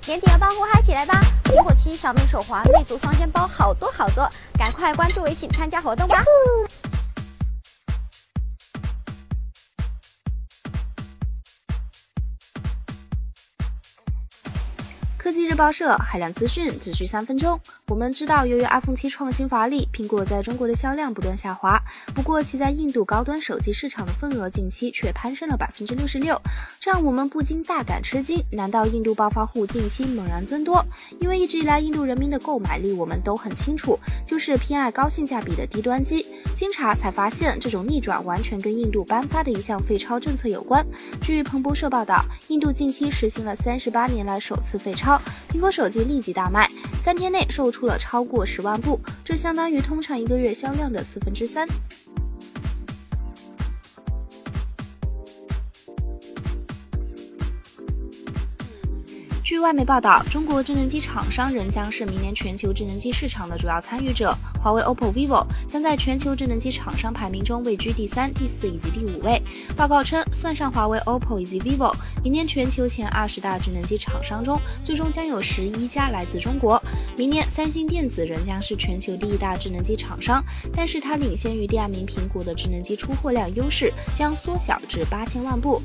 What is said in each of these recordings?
年底了，帮扶嗨起来吧！苹果7、小米手环、魅族双肩包，好多好多，赶快关注微信参加活动吧！ 科技日报社海量资讯只需3分钟。我们知道，由于 iPhone 7创新乏力，苹果在中国的销量不断下滑。不过，其在印度高端手机市场的份额近期却攀升了66%，这让我们不禁大感吃惊。难道印度暴发户近期猛然增多？因为一直以来，印度人民的购买力我们都很清楚，就是偏爱高性价比的低端机。经查才发现，这种逆转完全跟印度颁发的一项废钞政策有关。据彭博社报道，印度近期实行了38年来首次废钞，苹果手机立即大卖，3天内售出了超过10万部，这相当于通常1个月销量的3/4。据外媒报道，中国智能机厂商仍将是明年全球智能机市场的主要参与者。华为、OPPO、vivo 将在全球智能机厂商排名中位居第3、第4以及第5位。报告称，算上华为、OPPO 以及 vivo， 明年全球前20大智能机厂商中，最终将有11家来自中国。明年，三星电子仍将是全球第1大智能机厂商，但是它领先于第2名苹果的智能机出货量优势将缩小至8000万部。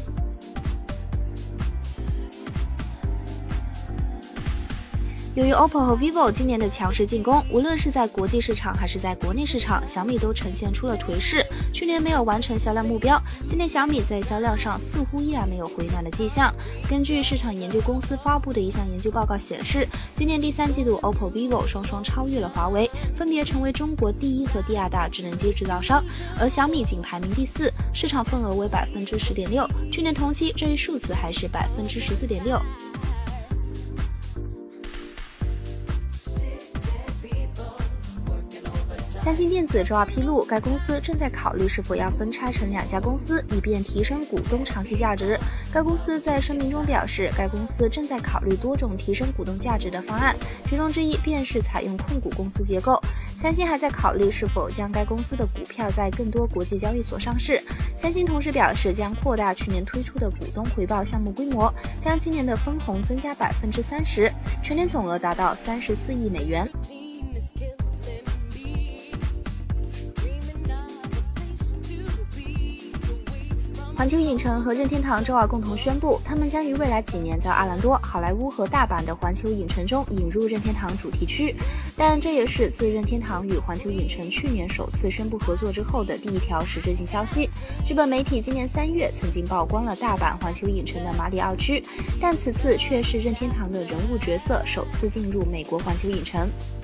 由于 OPPO 和 vivo 今年的强势进攻，无论是在国际市场还是在国内市场，小米都呈现出了颓势。去年没有完成销量目标，今年小米在销量上似乎依然没有回暖的迹象。根据市场研究公司发布的一项研究报告显示，今年第3季度 OPPO、vivo 双双超越了华为，分别成为中国第1和第2大智能机制造商，而小米仅排名第4，市场份额为10.6%，去年同期这一数字还是14.6%。三星电子周二披露，该公司正在考虑是否要分拆成2家公司，以便提升股东长期价值。该公司在声明中表示，该公司正在考虑多种提升股东价值的方案，其中之一便是采用控股公司结构。三星还在考虑是否将该公司的股票在更多国际交易所上市。三星同时表示，将扩大去年推出的股东回报项目规模，将今年的分红增加30%，全年总额达到34亿美元。环球影城和任天堂周二共同宣布，他们将于未来几年在奥兰多、好莱坞和大阪的环球影城中引入任天堂主题区。但这也是自任天堂与环球影城去年首次宣布合作之后的第一条实质性消息。日本媒体今年3月曾经曝光了大阪环球影城的马里奥区，但此次却是任天堂的人物角色首次进入美国环球影城。